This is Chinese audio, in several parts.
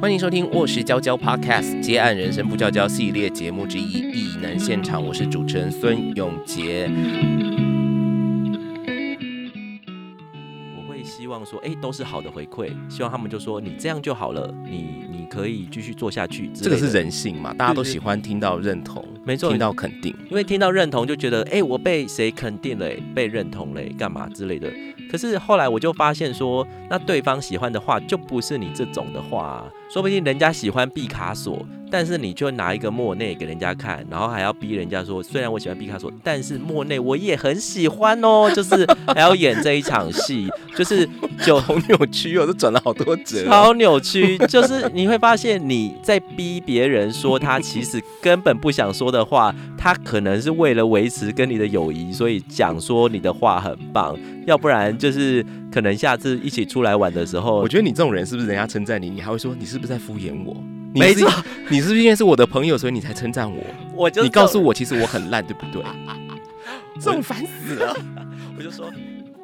欢迎收听卧室娇娇 Podcast 接案人生不娇娇系列节目之一异能现场，我是主持人孙永杰。我会希望说，都是好的回馈，希望他们就说你这样就好了，你可以继续做下去之类的。这个是人性嘛，大家都喜欢听到认同，没错，听到肯定， 因为听到认同就觉得，我被谁肯定了，被认同了，干嘛之类的。可是后来我就发现说，那对方喜欢的画就不是你这种的画啊，说不定人家喜欢毕卡索，但是你就拿一个莫内给人家看，然后还要逼人家说，虽然我喜欢毕卡索，但是莫内我也很喜欢哦，就是还要演这一场戏，就是就好扭曲哦，都转了好多折， 超扭曲。就是你会发现你在逼别人说他其实根本不想说的话，他可能是为了维持跟你的友谊，所以讲说你的话很棒，要不然就是可能下次一起出来玩的时候， 我觉得你这种人是不是人家称赞你，你还会说你是不是在敷衍我？ 没错， 你是不是因为是我的朋友，所以你才称赞我？你告诉我其实我很烂，对不对？这种烦死了。 我就说。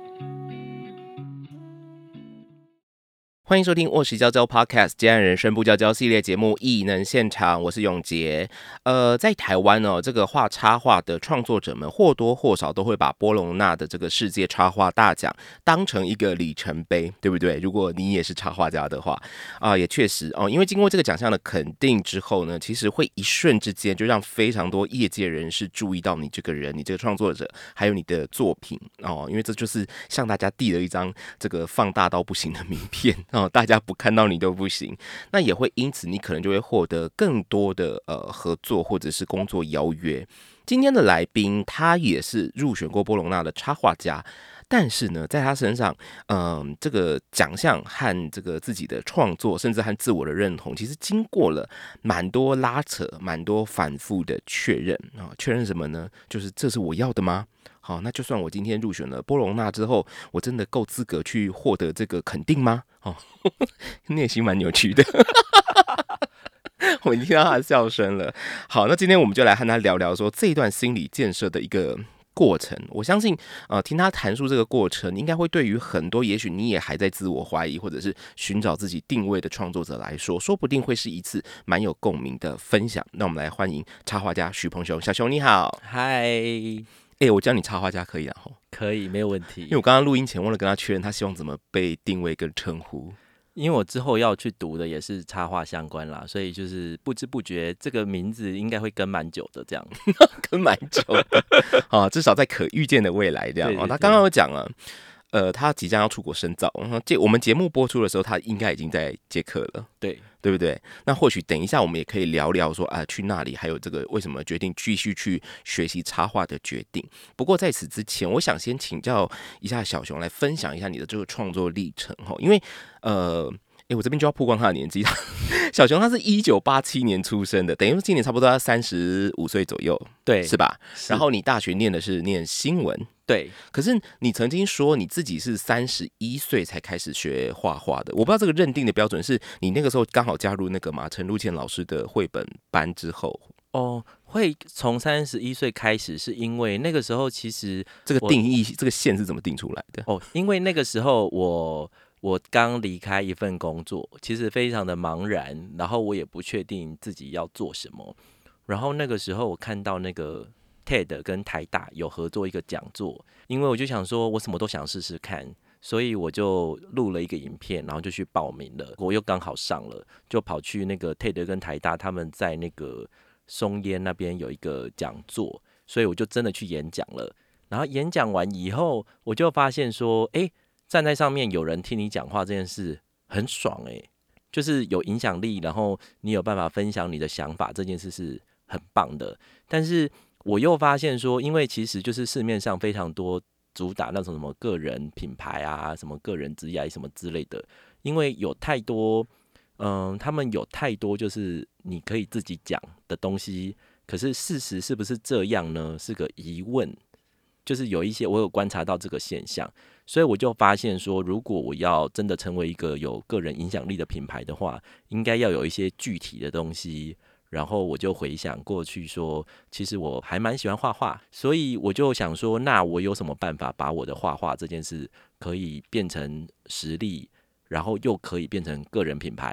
欢迎收听卧室娇娇 Podcast 接案人生不娇娇系列节目异能现场，我是永杰。在台湾这个画插画的创作者们或多或少都会把波隆纳的这个世界插画大奖当成一个里程碑，对不对？如果你也是插画家的话，也确实因为经过这个奖项的肯定之后呢，其实会一瞬之间就让非常多业界人士注意到你这个人，你这个创作者，还有你的作品因为这就是向大家递了一张这个放大到不行的名片大家不看到你都不行，那也会因此你可能就会获得更多的合作或者是工作邀约。今天的来宾他也是入选过波隆纳的插画家，但是呢，在他身上，这个奖项和这个自己的创作，甚至和自我的认同，其实经过了蛮多拉扯，蛮多反复的确认确认什么呢？就是这是我要的吗？好，那就算我今天入选了波隆纳之后，我真的够资格去获得这个肯定吗？内心蛮扭曲的。我已经听到他的笑声了。好，那今天我们就来和他聊聊说这一段心理建设的一个过程。我相信听他谈述这个过程，应该会对于很多也许你也还在自我怀疑或者是寻找自己定位的创作者来说，说不定会是一次蛮有共鸣的分享。那我们来欢迎插画家许鹏雄。小熊你好。 嗨， 我叫你插画家可以可以，没有问题。 因为我刚刚录音前忘了跟他确认，他希望怎么被定位跟称呼。 因为我之后要去读的也是插画相关啦，所以就是不知不觉这个名字应该会跟蛮久的这样。 跟蛮久的至少在可预见的未来这样。他刚刚有讲了他即将要出国深造，我们节目播出的时候他应该已经在捷克了，对不对？那或许等一下我们也可以聊聊说去那里，还有这个为什么决定继续去学习插画的决定。不过在此之前，我想先请教一下小熊来分享一下你的这个创作历程因为我这边就要曝光他的年纪。小熊他是1987年出生的，等于说今年差不多要35岁左右， 对， 是吧？然后你大学念的是念新闻， 对。 可是你曾经说你自己是31岁才开始学画画的，我不知道这个认定的标准是你那个时候刚好加入那个陈露茜老师的绘本班之后。 会从31岁开始，是因为那个时候其实这个定义这个线是怎么定出来的？ 因为那个时候我刚离开一份工作，其实非常的茫然，然后我也不确定自己要做什么。然后那个时候我看到那个 TED 跟台大有合作一个讲座，因为我就想说我什么都想试试看，所以我就录了一个影片，然后就去报名了。我又刚好上了，就跑去那个 TED 跟台大他们在那个松烟那边有一个讲座，所以我就真的去演讲了。然后演讲完以后，我就发现说站在上面有人听你讲话这件事很爽就是有影响力，然后你有办法分享你的想法，这件事是很棒的。但是我又发现说，因为其实就是市面上非常多主打那种什么个人品牌啊，什么个人职业什么之类的，因为有太多他们有太多就是你可以自己讲的东西，可是事实是不是这样呢？是个疑问。就是有一些我有观察到这个现象，所以我就发现说，如果我要真的成为一个有个人影响力的品牌的话，应该要有一些具体的东西。然后我就回想过去说，其实我还蛮喜欢画画，所以我就想说，那我有什么办法把我的画画这件事可以变成实力，然后又可以变成个人品牌？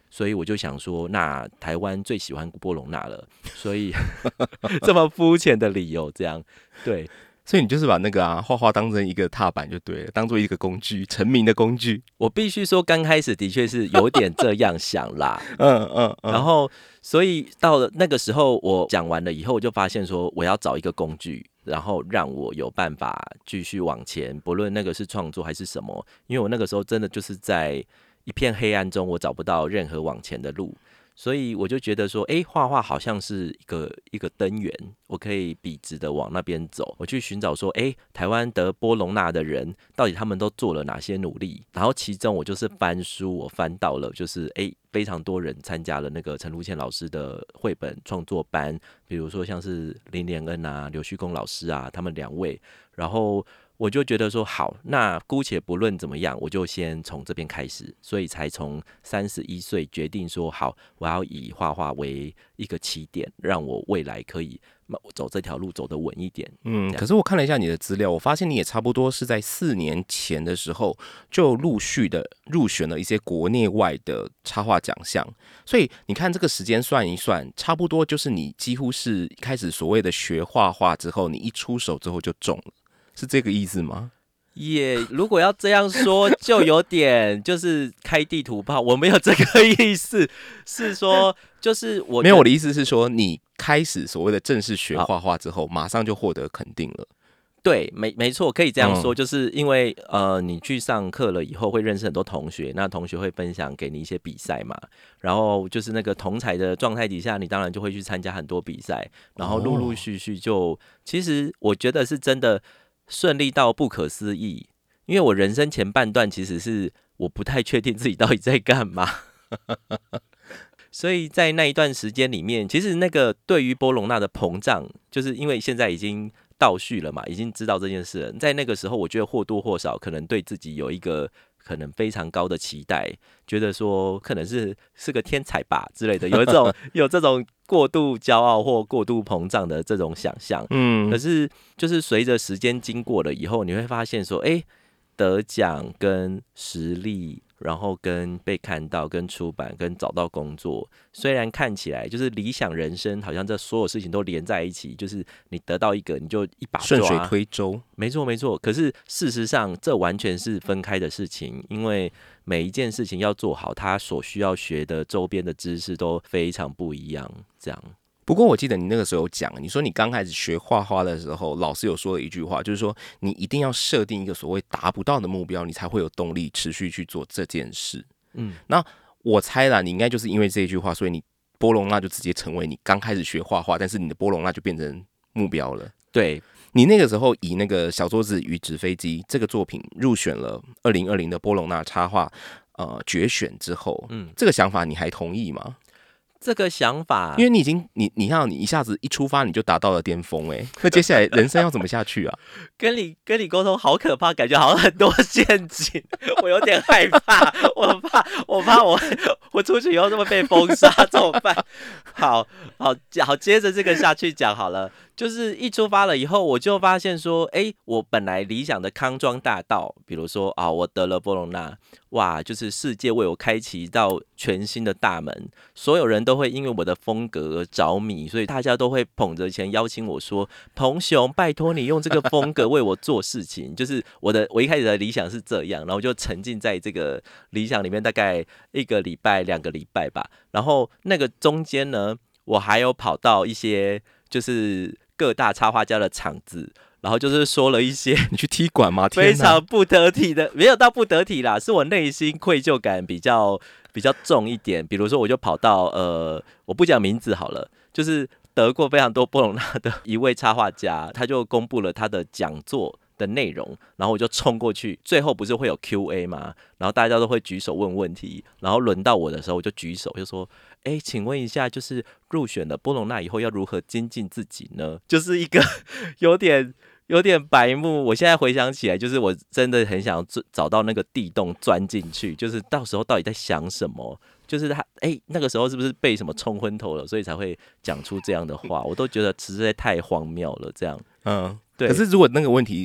所以我就想说，那台湾最喜欢波隆纳了，所以这么肤浅的理由，这样对。 所以你就是把那个画画当成一个踏板就对了，当做一个工具，成名的工具。 我必须说，刚开始的确是有点这样想啦，然后所以到了那个时候，我讲完了以后，我就发现说，我要找一个工具，然后让我有办法继续往前，不论那个是创作还是什么，因为我那个时候真的就是在一片黑暗中，我找不到任何往前的路。所以我就觉得说，画画好像是一个灯源，我可以笔直的往那边走。我去寻找说，台湾得波隆纳的人到底他们都做了哪些努力？然后其中我就是翻书，我翻到了就是非常多人参加了那个陈如倩老师的绘本创作班，比如说像是林连恩啊、刘旭公老师啊，他们2位，然后我就觉得说好，那姑且不论怎么样，我就先从这边开始，所以才从31岁决定说好，我要以画画为一个起点，让我未来可以走这条路走得稳一点。 可是我看了一下你的资料，我发现你也差不多是在4年前的时候就陆续的入选了一些国内外的插画奖项，所以你看这个时间算一算，差不多就是你几乎是开始所谓的学画画之后，你一出手之后就中了。是这个意思吗？ 如果要这样说，就有点就是开地图炮。我没有这个意思，是说就是我没有，我的意思是说，你开始所谓的正式学画画之后，马上就获得肯定了。 对，没错，可以这样说，就是因为你去上课了以后会认识很多同学，那同学会分享给你一些比赛嘛，然后就是那个同侪的状态底下，你当然就会去参加很多比赛，然后陆陆续续就，其实我觉得是真的顺利到不可思议，因为我人生前半段其实是我不太确定自己到底在干嘛，所以在那一段时间里面，其实那个对于波隆纳的膨胀，就是因为现在已经倒叙了嘛，已经知道这件事了，在那个时候，我觉得或多或少可能对自己有一个可能非常高的期待，觉得说可能是个天才吧之类的，有这种过度骄傲或过度膨胀的这种想象。可是就是随着时间经过了以后，你会发现说，得奖跟实力，然后跟被看到、跟出版、跟找到工作，虽然看起来就是理想人生，好像这所有事情都连在一起，就是你得到一个你就一把抓， 顺水推舟。 没错没错。可是事实上，这完全是分开的事情，因为每一件事情要做好，它所需要学的周边的知识都非常不一样。这样。 不过我记得你那个时候有讲，你说你刚开始学画画的时候，老师有说了一句话，就是说你一定要设定一个所谓达不到的目标，你才会有动力持续去做这件事。那我猜啦，你应该就是因为这一句话，所以你波隆纳就直接成为你刚开始学画画，但是你的波隆纳就变成目标了。 对， 你那个时候以那个小桌子与纸飞机这个作品入选了2020的波隆纳插画决选之后，这个想法你还同意吗？ 这个想法， 因为你已经你看你一下子一出发你就达到了巅峰，那接下来人生要怎么下去啊？ 跟你沟通好可怕，感觉好像很多陷阱，我有点害怕，我怕我出去以后就会被封杀，怎么办？好，接着这个下去讲好了。就是一出发了以后，我就发现说，我本来理想的康庄大道，比如说我得了波隆纳，哇，就是世界为我开启到全新的大门，所有人都会因为我的风格而着迷，所以大家都会捧着钱邀请我说，彭雄，拜托你用这个风格为我做事情。就是我一开始的理想是这样，然后就沉浸在这个理想里面，大概1个礼拜、2个礼拜吧。然后那个中间呢，我还有跑到一些就是各大插画家的场子，然后就是说了一些你去踢馆吗？ 非常不得体的，没有到不得体啦，是我内心愧疚感比较重一点。比如说，我就跑到我不讲名字好了，就是得过非常多波隆纳的一位插画家，他就公布了他的讲座的内容，然后我就冲过去，最后不是会有 Q&A 吗？然后大家都会举手问问题，然后轮到我的时候，我就举手就说，请问一下，就是入选了波隆纳以后要如何精进自己呢？就是一个有点白目。我现在回想起来，就是我真的很想找到那个地洞钻进去，就是到时候到底在想什么？就是他那个时候是不是被什么冲昏头了，所以才会讲出这样的话？我都觉得实在太荒谬了。这样， 对。可是如果那个问题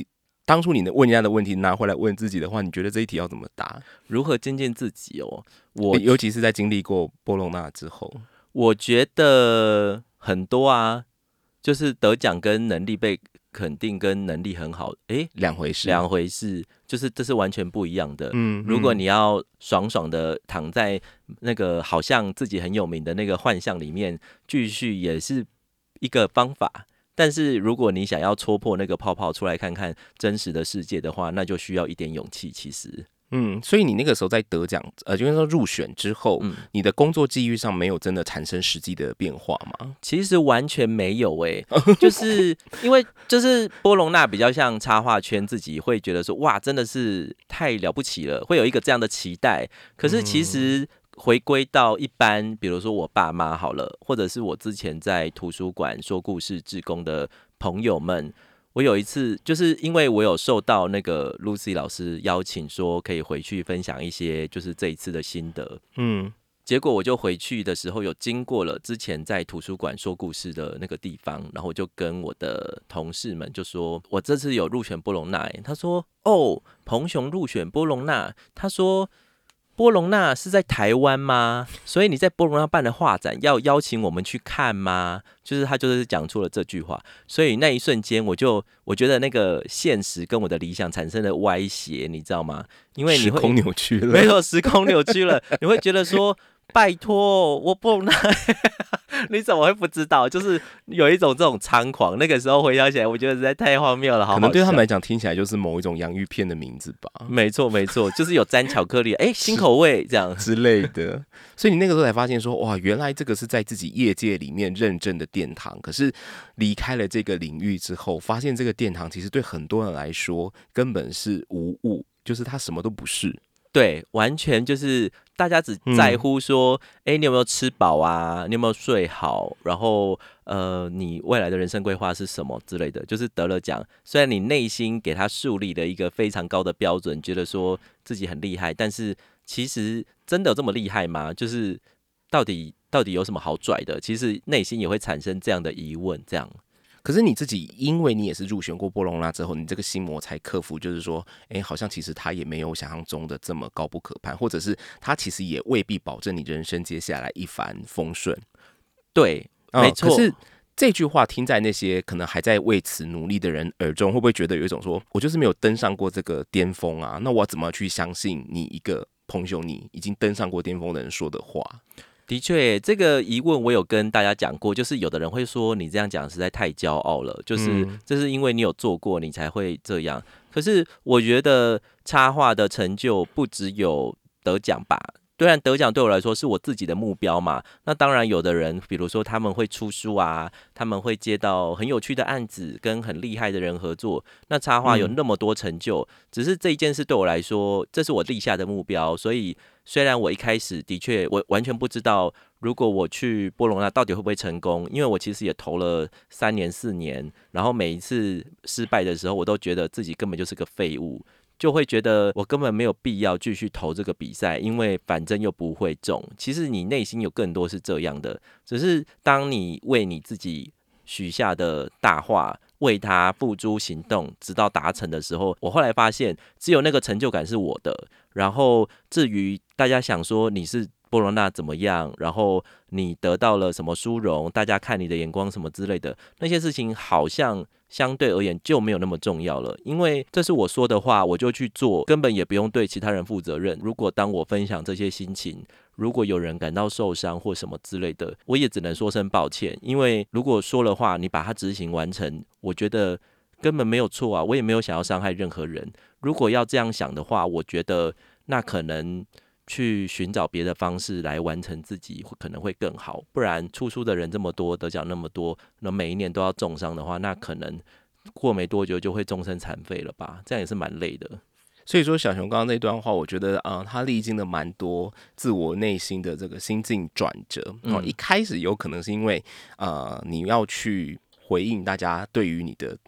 当初你问人家的问题拿回来问自己的话，你觉得这一题要怎么答？ 如何精进自己哦？ 尤其是在经历过波隆纳之后， 我觉得很多啊，就是得奖跟能力被肯定跟能力很好， 两回事， 两回事，就是这是完全不一样的。如果嗯， 你要爽爽的躺在那个好像自己很有名的那个幻象里面，继续也是一个方法。但是如果你想要戳破那个泡泡出来看看真实的世界的话，那就需要一点勇气。其实， 所以你那个时候在得奖，就是说入选之后，你的工作际遇上没有真的产生实际的变化吗？ 其实完全没有就是因为就是波隆纳比较像插画圈，自己会觉得说哇，真的是太了不起了，会有一个这样的期待。可是其实回归到一般，比如说我爸妈好了，或者是我之前在图书馆说故事志工的朋友们。我有一次，就是因为我有受到那个 Lucy 老师邀请，说可以回去分享一些就是这一次的心得，结果我就回去的时候有经过了之前在图书馆说故事的那个地方，然后我就跟我的同事们就说，我这次有入选波隆纳，他说哦，彭雄入选波隆纳，他说。波隆纳是在台湾吗？所以你在波隆纳办的画展要邀请我们去看吗？就是他就是讲出了这句话，所以那一瞬间我觉得那个现实跟我的理想产生了歪斜，你知道吗？因为你会时空扭曲了， 没错，时空扭曲了，你会觉得说。拜托，我波隆纳，你怎么会不知道？就是有一种这种猖狂，那个时候回想起来，我觉得实在太荒谬了，好好笑。 可能对他们来讲听起来就是某一种洋芋片的名字吧。 没错，没错，就是有沾巧克力，新口味这样之类的。所以你那个时候才发现说，哇，原来这个是在自己业界里面认证的殿堂。可是离开了这个领域之后，发现这个殿堂其实对很多人来说根本是无物，就是它什么都不是。 对，完全就是大家只在乎说，你有没有吃饱啊？你有没有睡好？然后，你未来的人生规划是什么之类的？就是得了奖，虽然你内心给他树立了一个非常高的标准，觉得说自己很厉害，但是其实真的有这么厉害吗？就是到底有什么好拽的？其实内心也会产生这样的疑问，这样。 可是你自己，因为你也是入选过波隆纳之后，你这个心魔才克服，就是说，好像其实他也没有想象中的这么高不可攀，或者是他其实也未必保证你人生接下来一帆风顺。 对，没错。 可是这句话听在那些可能还在为此努力的人耳中，会不会觉得有一种说，我就是没有登上过这个巅峰啊？那我怎么去相信你一个彭雄你已经登上过巅峰的人说的话？ 的确，这个疑问我有跟大家讲过，就是有的人会说你这样讲实在太骄傲了，就是这是因为你有做过，你才会这样。可是我觉得插画的成就不只有得奖吧。虽然得奖对我来说是我自己的目标嘛，那当然有的人，比如说他们会出书啊，他们会接到很有趣的案子，跟很厉害的人合作。那插画有那么多成就，只是这一件事对我来说，这是我立下的目标。所以虽然我一开始的确我完全不知道，如果我去波隆纳到底会不会成功，因为我其实也投了3年4年，然后每一次失败的时候，我都觉得自己根本就是个废物。就会觉得我根本没有必要继续投这个比赛，因为反正又不会中。其实你内心有更多是这样的，只是当你为你自己许下的大话，为它付诸行动，直到达成的时候，我后来发现，只有那个成就感是我的。然后至于大家想说你是波隆纳怎么样，然后你得到了什么殊荣，大家看你的眼光什么之类的，那些事情好像相对而言就没有那么重要了，因为这是我说的话，我就去做，根本也不用对其他人负责任。如果当我分享这些心情，如果有人感到受伤或什么之类的，我也只能说声抱歉，因为如果说了话，你把它执行完成，我觉得根本没有错啊，我也没有想要伤害任何人。如果要这样想的话，我觉得那可能去寻找别的方式来完成自己可能会更好，不然出书的人这么多，得奖那么多，那每一年都要重伤的话，那可能过没多久就会终身残废了吧，这样也是蛮累的。 所以说小熊刚刚那段话，我觉得他历经了蛮多自我内心的这个心境转折。一开始有可能是因为你要去回应大家对于你的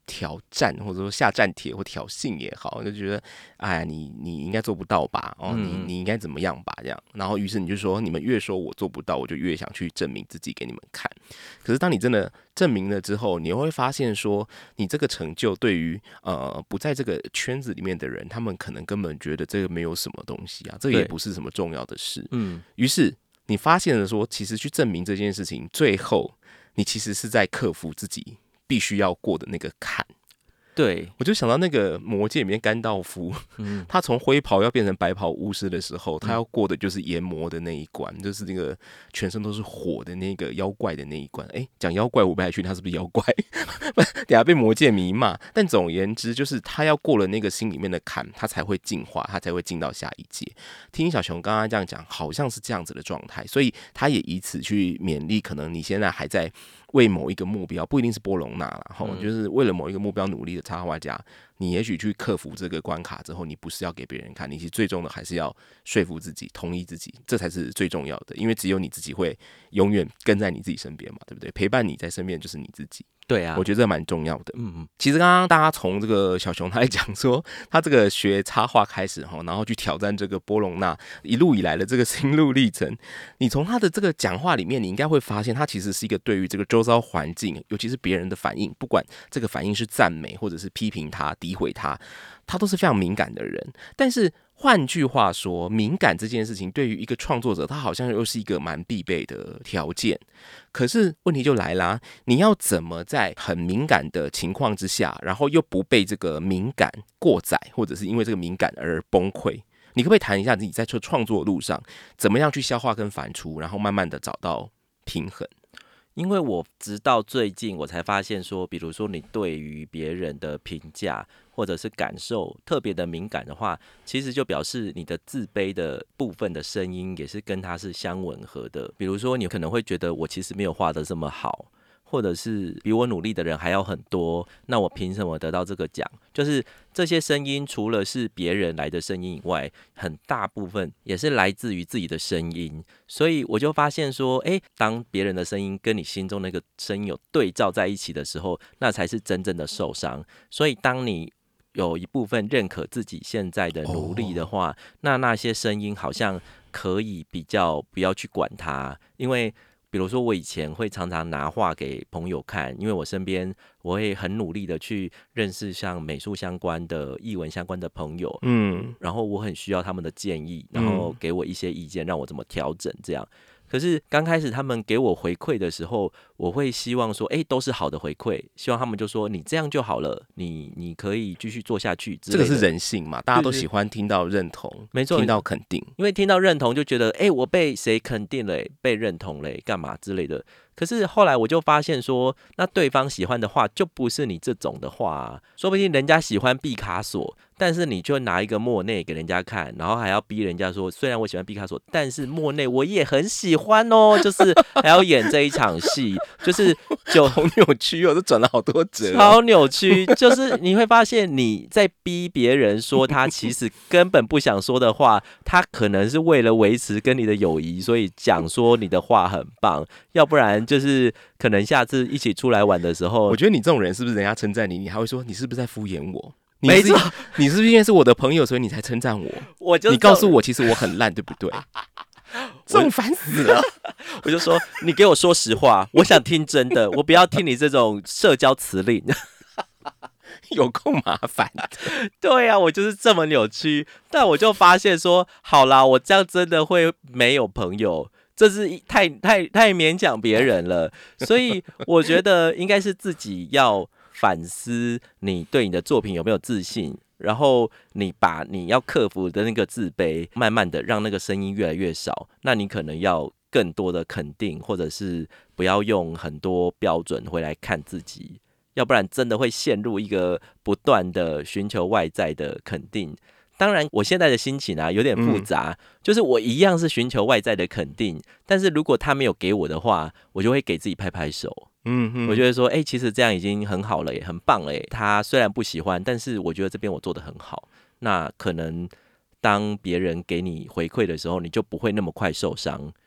挑战，或者说下战帖或挑衅也好，就觉得哎呀，你应该做不到吧？哦，你应该怎么样吧？这样，然后于是你就说，你们越说我做不到，我就越想去证明自己给你们看。可是当你真的证明了之后，你会发现说，你这个成就对于不在这个圈子里面的人，他们可能根本觉得这个没有什么东西啊，这个也不是什么重要的事。于是你发现了说，其实去证明这件事情，最后你其实是在克服自己必须要过的那个坎。 对， 我就想到那个魔戒里面甘道夫，他从灰袍要变成白袍巫师的时候，他要过的就是炎魔的那一关，就是那个全身都是火的那个妖怪的那一关。讲妖怪我不太确定他是不是妖怪，等下被魔戒迷骂。但总而言之，就是他要过了那个心里面的坎，他才会进化，他才会进到下一阶。听小熊刚刚这样讲，好像是这样子的状态，所以他也以此去勉励，可能你现在还在为某一个目标，不一定是波隆纳啦，就是为了某一个目标努力的插画家，你也许去克服这个关卡之后，你不是要给别人看，你其实最终的还是要说服自己、同意自己，这才是最重要的，因为只有你自己会永远跟在你自己身边嘛，对不对？陪伴你在身边就是你自己。 对啊， 我觉得这蛮重要的。其实刚刚大家从这个小熊他在讲说，他这个学插画开始，然后去挑战这个波隆纳一路以来的这个心路历程，你从他的这个讲话里面，你应该会发现，他其实是一个对于这个周遭环境，尤其是别人的反应，不管这个反应是赞美或者是批评他、诋毁他，他都是非常敏感的人。但是换句话说，敏感这件事情对于一个创作者，他好像又是一个蛮必备的条件。可是问题就来啦，你要怎么在很敏感的情况之下，然后又不被这个敏感过载，或者是因为这个敏感而崩溃？你可不可以谈一下自己在创作路上怎么样去消化跟反刍，然后慢慢的找到平衡？ 因为我直到最近我才发现说，比如说你对于别人的评价或者是感受特别的敏感的话，其实就表示你的自卑的部分的声音也是跟它是相吻合的。比如说你可能会觉得我其实没有画得这么好，或者是比我努力的人还要很多，那我凭什么得到这个奖？就是这些声音除了是别人来的声音以外，很大部分也是来自于自己的声音。所以我就发现说，当别人的声音跟你心中那个声音有对照在一起的时候，那才是真正的受伤。所以当你有一部分认可自己现在的努力的话，那些声音好像可以比较不要去管它，因为比如说我以前会常常拿画给朋友看，因为我身边我会很努力的去认识像美术相关的、艺文相关的朋友，然后我很需要他们的建议，然后给我一些意见，让我怎么调整这样。可是刚开始他们给我回馈的时候，我会希望说，都是好的回馈，希望他们就说你这样就好了，你可以继续做下去之类的。 这个是人性嘛，大家都喜欢听到认同， 没错， 听到肯定， 因为听到认同就觉得，我被谁肯定了，被认同了，干嘛之类的。可是后来我就发现说，那对方喜欢的画就不是你这种的画啊，说不定人家喜欢毕卡索，但是你就拿一个莫内给人家看，然后还要逼人家说，虽然我喜欢毕卡索，但是莫内我也很喜欢哦，就是还要演这一场戏，就是好扭曲哦，都转了好多折， 超扭曲。就是你会发现你在逼别人说他其实根本不想说的话，他可能是为了维持跟你的友谊，所以讲说你的话很棒，要不然就是可能下次一起出来玩的时候， 我觉得你这种人是不是人家称赞你，你还会说你是不是在敷衍我？ 没错， 你是不是因为是我的朋友，所以你才称赞我？你告诉我，其实我很烂，对不对？这种烦死了！ 我就说你给我说实话，我想听真的，我不要听你这种社交辞令， 有够麻烦的。 对啊，我就是这么扭曲。但我就发现说，好啦，我这样真的会没有朋友。这是太勉强别人了，所以我觉得应该是自己要反思你对你的作品有没有自信，然后你把你要克服的那个自卑，慢慢的让那个声音越来越少，那你可能要更多的肯定，或者是不要用很多标准回来看自己，要不然真的会陷入一个不断的寻求外在的肯定。当然我现在的心情有点复杂，就是我一样是寻求外在的肯定，但是如果他没有给我的话，我就会给自己拍拍手。我觉得说其实这样已经很好了耶，很棒了耶，他虽然不喜欢，但是我觉得这边我做得很好。那可能当别人给你回馈的时候，你就不会那么快受伤。而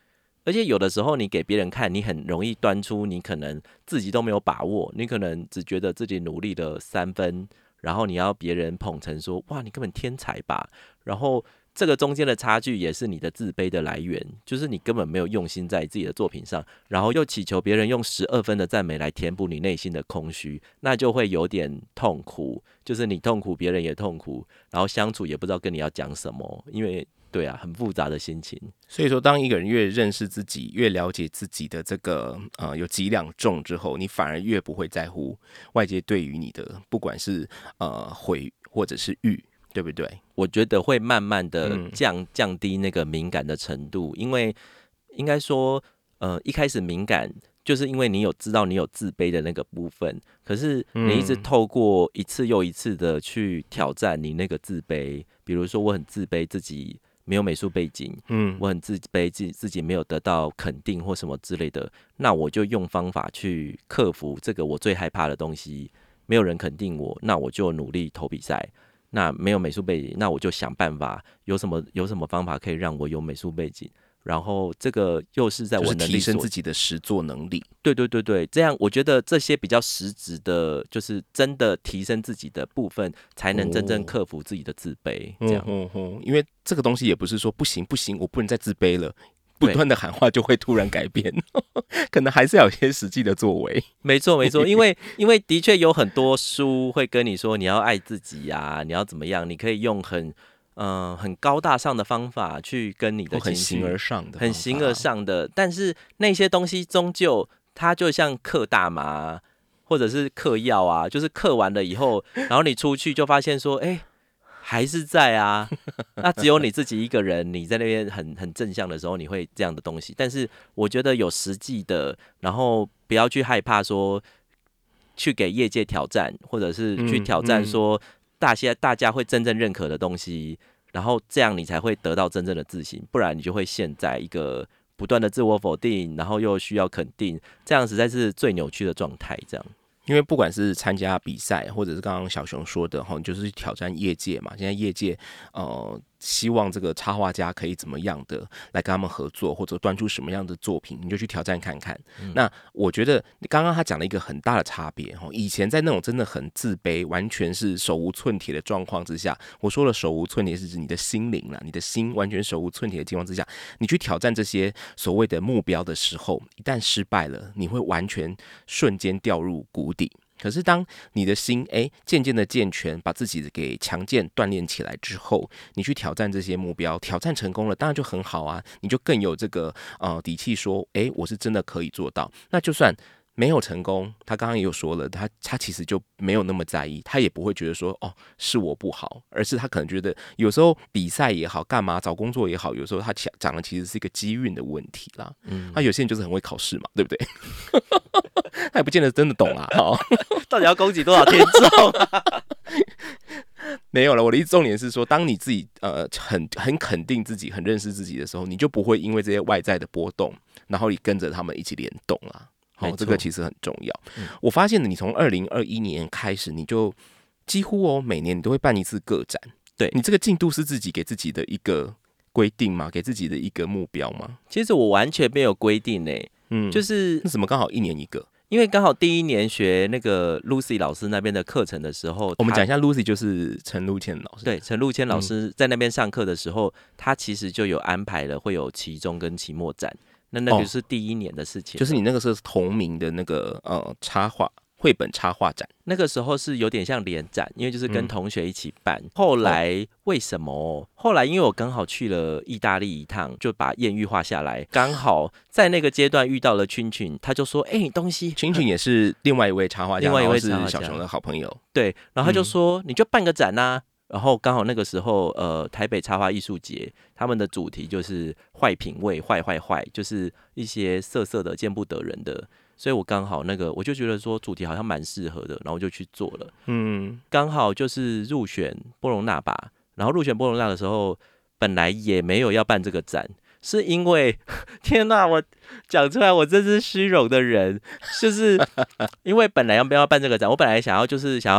而且有的时候你给别人看，你很容易端出你可能自己都没有把握，你可能只觉得自己努力了3分，然后你要别人捧成说哇你根本天才吧，然后这个中间的差距也是你的自卑的来源，就是你根本没有用心在自己的作品上，然后又祈求别人用12分的赞美来填补你内心的空虚，那就会有点痛苦，就是你痛苦，别人也痛苦，然后相处也不知道跟你要讲什么，因为对啊，很复杂的心情。 所以说，当一个人越认识自己，越了解自己的这个有几两重之后，你反而越不会在乎外界对于你的不管是毁或者是誉，对不对？ 我觉得会慢慢的降低那个敏感的程度，因为应该说，一开始敏感，就是因为你有知道你有自卑的那个部分，可是你一直透过一次又一次的去挑战你那个自卑，比如说我很自卑自己没有美术背景，我很自卑自己没有得到肯定或什么之类的，那我就用方法去克服这个我最害怕的东西，没有人肯定我，那我就努力投比赛。那没有美术背景，那我就想办法有什么方法可以让我有美术背景，然后这个又是在我能力就是提升自己的实作能力。 对对对对，这样我觉得这些比较实质的，就是真的提升自己的部分，才能真正克服自己的自卑。这样， 因为这个东西也不是说不行，我不能再自卑了。不断的喊话就会突然改变，可能还是要有些实际的作为。 没错没错，因为的确有很多书会跟你说你要爱自己啊，你要怎么样，你可以用很高大上的方法去跟你的情绪很形而上的，但是那些东西终究它就像嗑大麻或者是嗑药啊，就是嗑完了以后，然后你出去就发现说，还是在啊，那只有你自己一个人，你在那边很正向的时候，你会这样的东西。但是我觉得有实际的，然后不要去害怕说去给业界挑战，或者是去挑战说大家会真正认可的东西，然后这样你才会得到真正的自信，不然你就会陷在一个不断的自我否定，然后又需要肯定，这样实在是最扭曲的状态。这样。 因为不管是参加比赛，或者是刚刚小熊说的就是去挑战业界嘛。现在业界希望这个插画家可以怎么样的来跟他们合作，或者端出什么样的作品，你就去挑战看看。那我觉得刚刚他讲了一个很大的差别，以前在那种真的很自卑，完全是手无寸铁的状况之下，我说了手无寸铁是指你的心灵啦，你的心完全手无寸铁的情况之下，你去挑战这些所谓的目标的时候，一旦失败了，你会完全瞬间掉入谷底。可是当你的心渐渐的健全，把自己给强健锻炼起来之后，你去挑战这些目标，挑战成功了，当然就很好啊，你就更有这个底气说，我是真的可以做到。那就算没有成功，他刚刚也有说了，他其实就没有那么在意，他也不会觉得说是我不好，而是他可能觉得有时候比赛也好，干嘛找工作也好，有时候他讲的其实是一个机运的问题啦。他有些人就是很会考试嘛，对不对？他也不见得真的懂啦。 到底要攻击多少听众啊？ 没有了，我的重点是说，当你自己很肯定自己，很认识自己的时候，你就不会因为这些外在的波动，然后你跟着他们一起联动啦。这个其实很重要。我发现你从2021年开始，你就几乎每年你都会办一次个展。 对， 你这个进度是自己给自己的一个规定吗？给自己的一个目标吗？ 其实我完全没有规定就是那怎么刚好1年一个？ 因为刚好第一年学那个 Lucy 老师那边的课程的时候， 我们讲一下 Lucy 就是陈露谦老师。 对，陈露谦老师在那边上课的时候，他其实就有安排了会有期中跟期末展，那个是第一年的事情。 就是你那个是同名的那个插画绘本插画展， 那个时候是有点像联展，因为就是跟同学一起办。后来为什么？后来因为我刚好去了意大利一趟，就把艳遇画下来，刚好在那个阶段遇到了群群，他就说：“你东西。” 群群也是另外一位插画家， 另外一位是小熊的好朋友。 对，然后他就说：“你就办个展啊。”然后刚好那个时候，台北插画艺术节，他们的主题就是坏品味，坏，就是一些色色的、见不得人的。所以我刚好我就觉得说主题好像蛮适合的，然后就去做了。刚好就是入选波隆纳吧。然后入选波隆纳的时候，本来也没有要办这个展，是因为天哪，我讲出来我真是虚荣的人，就是因为本来要不要办这个展，我本来想要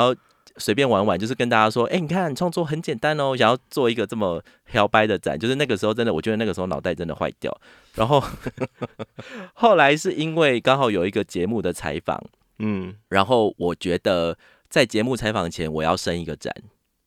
随便玩玩，就是跟大家说，你看创作很简单哦，想要做一个这么摇摆的展，就是那个时候真的，我觉得那个时候脑袋真的坏掉。然后后来是因为刚好有一个节目的采访，然后我觉得在节目采访前我要生一个展。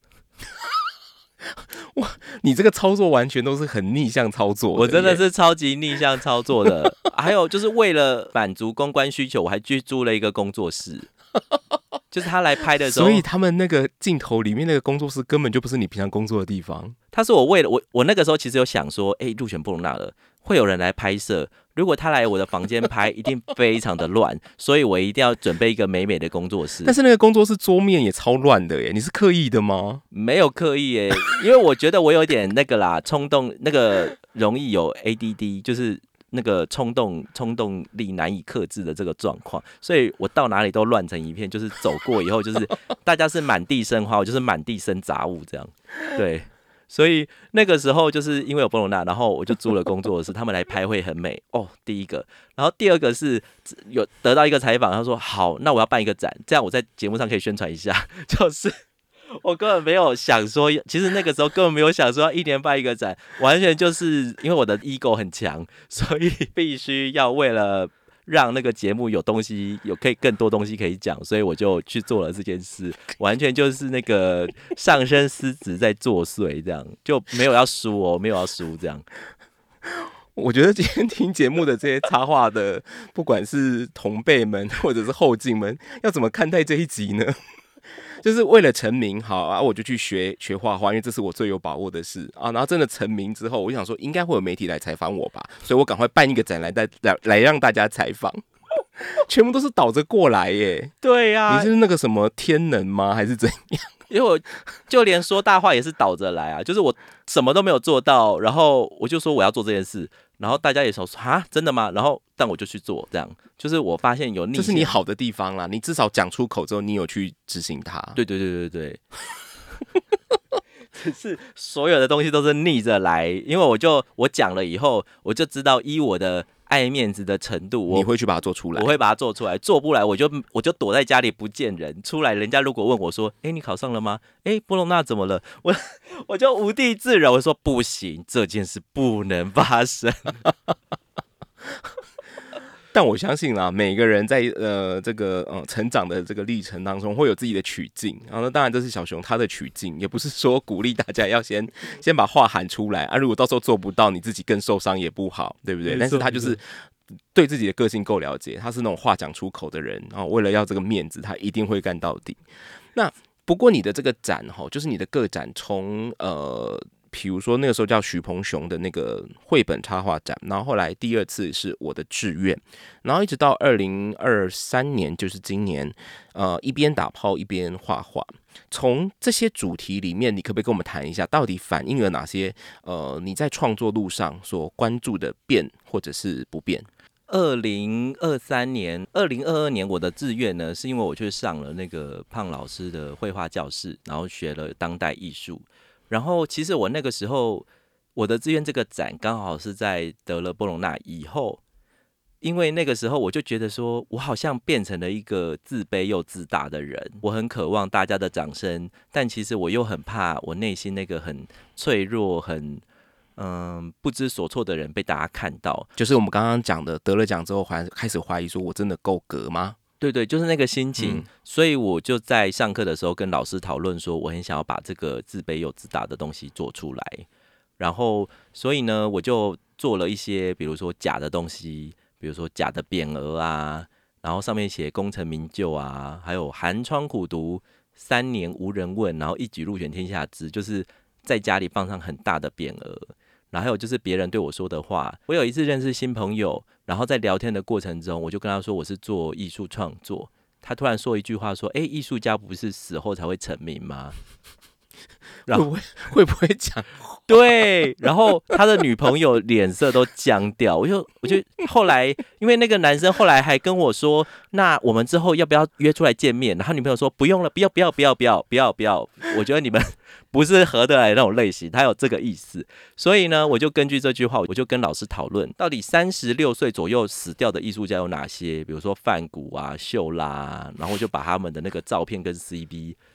哇，你这个操作完全都是很逆向操作的， 我真的是超级逆向操作的。还有就是为了满足公关需求，我还去租了一个工作室。就是他来拍的时候， 所以他们那个镜头里面那个工作室根本就不是你平常工作的地方。 他是我为了我那个时候其实有想说，入选布隆纳了，会有人来拍摄。如果他来我的房间拍，一定非常的乱，所以我一定要准备一个美美的工作室。 但是那个工作室桌面也超乱的耶，你是刻意的吗？ 没有刻意耶，因为我觉得我有点那个啦，冲动，那个容易有 ADD， 就是那个冲动力难以克制的这个状况，所以我到哪里都乱成一片，就是走过以后，就是大家是满地生花，我就是满地生杂物这样，对。所以那个时候就是因为有波隆纳，然后我就租了工作室，他们来拍会很美哦。第一个，然后第二个是有得到一个采访，他说好，那我要办一个展，这样我在节目上可以宣传一下。就是我根本没有想说，其实那个时候根本没有想说要1年办一个展，完全就是因为我的 ego 很强，所以必须要为了让那个节目有东西，可以更多东西可以讲，所以我就去做了这件事，完全就是那个上身狮子在作祟，这样就没有要输哦，没有要输这样。 我觉得今天听节目的这些插画的，不管是同辈们或者是后进们，要怎么看待这一集呢？就是为了成名，好啊，我就去学画画，因为这是我最有把握的事啊。然后真的成名之后，我就想说，应该会有媒体来采访我吧，所以我赶快办一个展来让大家采访。全部都是倒着过来耶。 对呀， 你是那个什么天能吗？还是怎样？ 因为我就连说大话也是倒着来啊，就是我什么都没有做到，然后我就说我要做这件事，然后大家也说啊真的吗？然后但我就去做，这样就是我发现有逆， 这是你好的地方啦。你至少讲出口之后，你有去执行它。 对对对对对。只是所有的东西都是逆着来，因为我讲了以后，我就知道依我的爱面子的程度， 你会去把它做出来。 我会把它做出来，做不来我就躲在家里不见人。出来人家如果问我说：“你考上了吗？”波隆纳怎么了？我就无地自容，我说不行，这件事不能发生。 但我相信啦，每个人在这个成长的这个历程当中，会有自己的取径。然后当然这是小熊他的取径，也不是说鼓励大家要先把话喊出来啊。如果到时候做不到，你自己更受伤也不好，对不对？但是他就是对自己的个性够了解，他是那种话讲出口的人，然后为了要这个面子，他一定会干到底。那不过你的这个展就是你的个展从比如说那个时候叫许鹏雄的那个绘本插画展，然后后来第二次是我的志愿，然后一直到2023年，就是今年，一边打炮一边画画。从这些主题里面，你可不可以跟我们谈一下，到底反映了哪些你在创作路上所关注的变或者是不变 ？2023年、2022年，我的志愿呢，是因为我去上了那个胖老师的绘画教室，然后学了当代艺术。然后其实我那个时候我的志愿这个展刚好是在得了波隆纳以后，因为那个时候我就觉得说我好像变成了一个自卑又自大的人，我很渴望大家的掌声，但其实我又很怕我内心那个很脆弱很不知所措的人被大家看到。 就是我们刚刚讲的，得了奖之后开始怀疑说我真的够格吗？ 对对，就是那个心情，所以我就在上课的时候跟老师讨论说，我很想要把这个自卑又自大的东西做出来。然后，所以呢，我就做了一些，比如说假的东西，比如说假的匾额啊，然后上面写功成名就啊，还有寒窗苦读3年无人问，然后一举入选天下知，就是在家里放上很大的匾额。然后还有就是别人对我说的话，我有一次认识新朋友，然后在聊天的过程中，我就跟他说我是做艺术创作，他突然说一句话说：“艺术家不是死后才会成名吗？” 然后会不会讲？ 对，然后他的女朋友脸色都僵掉，我就后来，因为那个男生后来还跟我说，那我们之后要不要约出来见面？然后女朋友说不用了，不要，我觉得你们不是合得来的那种类型，他有这个意思，所以呢，我就根据这句话，我就跟老师讨论，到底36岁左右死掉的艺术家有哪些？比如说梵谷啊、秀拉啊，然后就把他们的那个照片跟 CV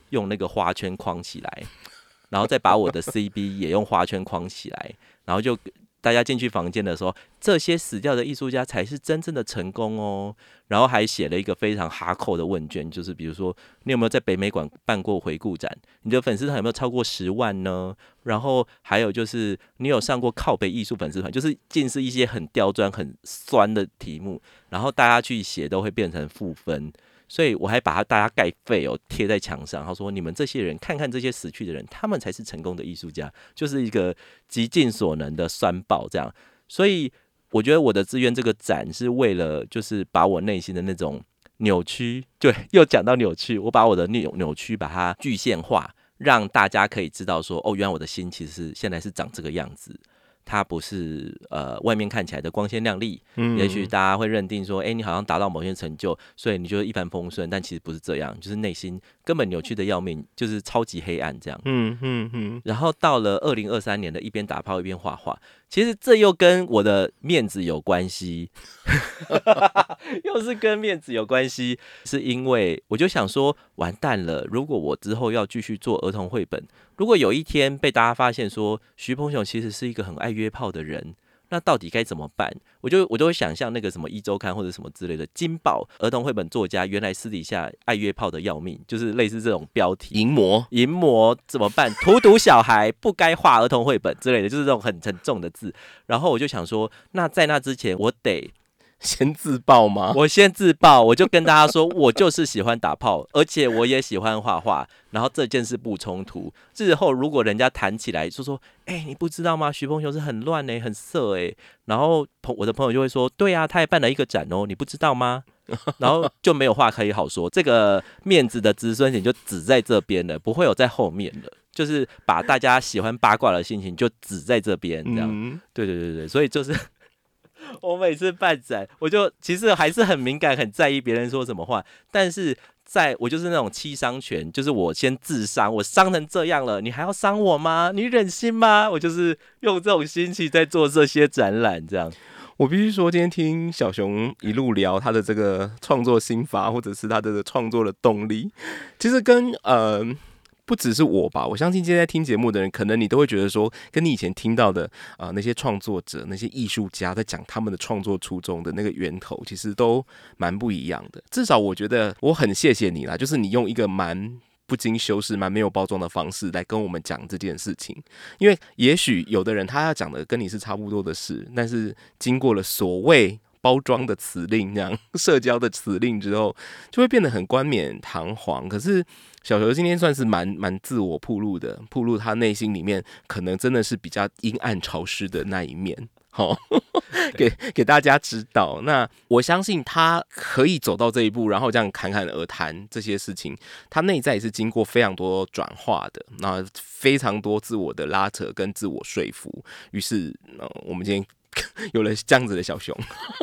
用那个花圈框起来，然后再把我的 CB 也用花圈框起来，然后就大家进去房间的时候，这些死掉的艺术家才是真正的成功哦。然后还写了一个非常哈扣的问卷，就是比如说你有没有在北美馆办过回顾展，你的粉丝团有没有超过10万呢？然后还有就是你有上过靠北艺术粉丝团，就是尽是一些很刁钻很酸的题目，然后大家去写都会变成负分。所以我还把大家盖废哦贴在墙上，他说你们这些人看看这些死去的人，他们才是成功的艺术家，就是一个极尽所能的酸爆这样。所以我觉得我的志愿这个展是为了就是把我内心的那种扭曲，对，又讲到扭曲，我把我的扭曲把它具现化，让大家可以知道说，哦，原来我的心其实是现在是长这个样子。它不是外面看起来的光鲜亮丽，也许大家会认定说，你好像达到某些成就，所以你就一帆风顺，但其实不是这样，就是内心根本扭曲的要命，就是超级黑暗这样。然后到了2023年的一边打炮一边画画，其实这又跟我的面子有关系，又是跟面子有关系，是因为我就想说，完蛋了，如果我之后要继续做儿童绘本，如果有一天被大家发现说徐鹏雄其实是一个很爱约炮的人，那到底该怎么办？我就会想象那个什么一周刊或者什么之类的金宝儿童绘本作家，原来私底下爱约炮的要命，就是类似这种标题。淫魔怎么办？荼毒小孩不该画儿童绘本之类的，就是这种很重的字。然后我就想说，那在那之前我得先自爆吗？ 我先自爆，我就跟大家说，我就是喜欢打炮，而且我也喜欢画画，然后这件事不冲突。日后如果人家谈起来说，你不知道吗？徐鹏雄是很乱很色然后我的朋友就会说，对啊，他也办了一个展哦，你不知道吗？然后就没有话可以好说，这个面子的子孙点就只在这边了，不会有在后面了。就是把大家喜欢八卦的心情就只在这边，这样。对，所以就是。我每次办展，我就其实还是很敏感，很在意别人说什么话。但是我就是那种欺伤权，就是我先自伤，我伤成这样了，你还要伤我吗？你忍心吗？我就是用这种心情在做这些展览，这样。 我必须说，今天听小熊一路聊他的这个创作心法，或者是他的创作的动力，其实跟不只是我吧，我相信今天在听节目的人，可能你都会觉得说，跟你以前听到的那些创作者、那些艺术家在讲他们的创作初衷的那个源头，其实都蛮不一样的。至少我觉得我很谢谢你啦，就是你用一个蛮不经修饰、蛮没有包装的方式来跟我们讲这件事情。因为也许有的人他要讲的跟你是差不多的事，但是经过了所谓包装的辞令，这样社交的辞令之后，就会变得很冠冕堂皇。可是小球今天算是蛮自我暴露的，暴露他内心里面可能真的是比较阴暗潮湿的那一面。给大家知道。那我相信他可以走到这一步，然后这样侃侃而谈这些事情，他内在也是经过非常多转化的，那非常多自我的拉扯跟自我说服。于是，我们今天有了这样子的小熊。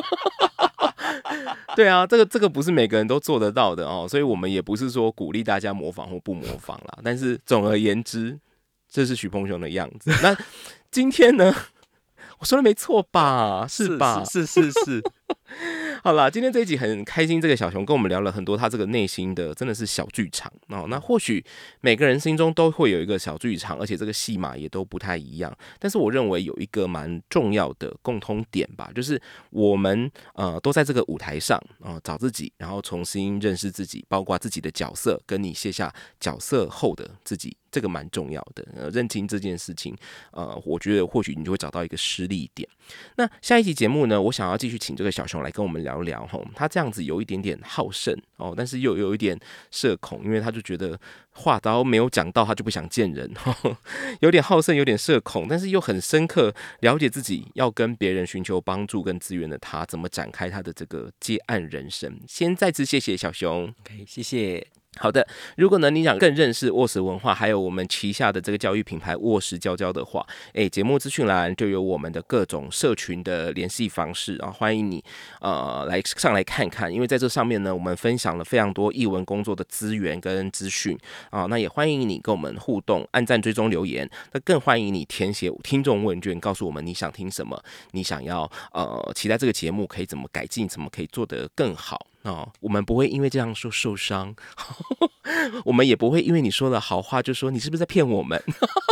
对啊，这个不是每个人都做得到的哦，所以我们也不是说鼓励大家模仿或不模仿啦。但是总而言之，这是许鹏雄的样子。那今天呢？我说的没错吧？是吧？ 是。 好啦，今天这一集很开心，这个小熊跟我们聊了很多他这个内心的真的是小剧场哦。那或许每个人心中都会有一个小剧场，而且这个戏码也都不太一样。但是我认为有一个蛮重要的共通点吧，就是我们都在这个舞台上找自己，然后重新认识自己，包括自己的角色，跟你卸下角色后的自己。这个蛮重要的，认清这件事情，我觉得或许你就会找到一个施力点。那下一集节目呢，我想要继续请这个小熊来跟我们聊聊他这样子有一点点好胜但是又有一点社恐，因为他就觉得话都没有讲到，他就不想见人，有点好胜，有点社恐，但是又很深刻了解自己要跟别人寻求帮助跟资源的他，怎么展开他的这个接案人生。先再次谢谢小熊， OK， 谢谢。 好的，如果呢你想更认识沃石文化，还有我们旗下的这个教育品牌沃石教教的话，节目资讯栏就有我们的各种社群的联系方式啊，欢迎你上来看看，因为在这上面呢，我们分享了非常多艺文工作的资源跟资讯啊，那也欢迎你跟我们互动，按赞、追踪、留言，那更欢迎你填写听众问卷，告诉我们你想听什么，你想要期待这个节目可以怎么改进，怎么可以做得更好。我们不会因为这样受伤， 我们也不会因为你说了好话就说你是不是在骗我们。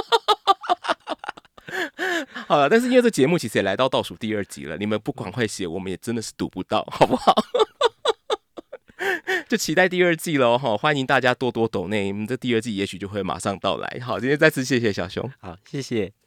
好了，但是因为这节目其实也来到倒数第2集了，你们不赶快写，我们也真的是读不到，好不好？就期待第2季喽哈！欢迎大家多多抖内，我们这第2季也许就会马上到来。好，今天再次谢谢小熊， 好，谢谢。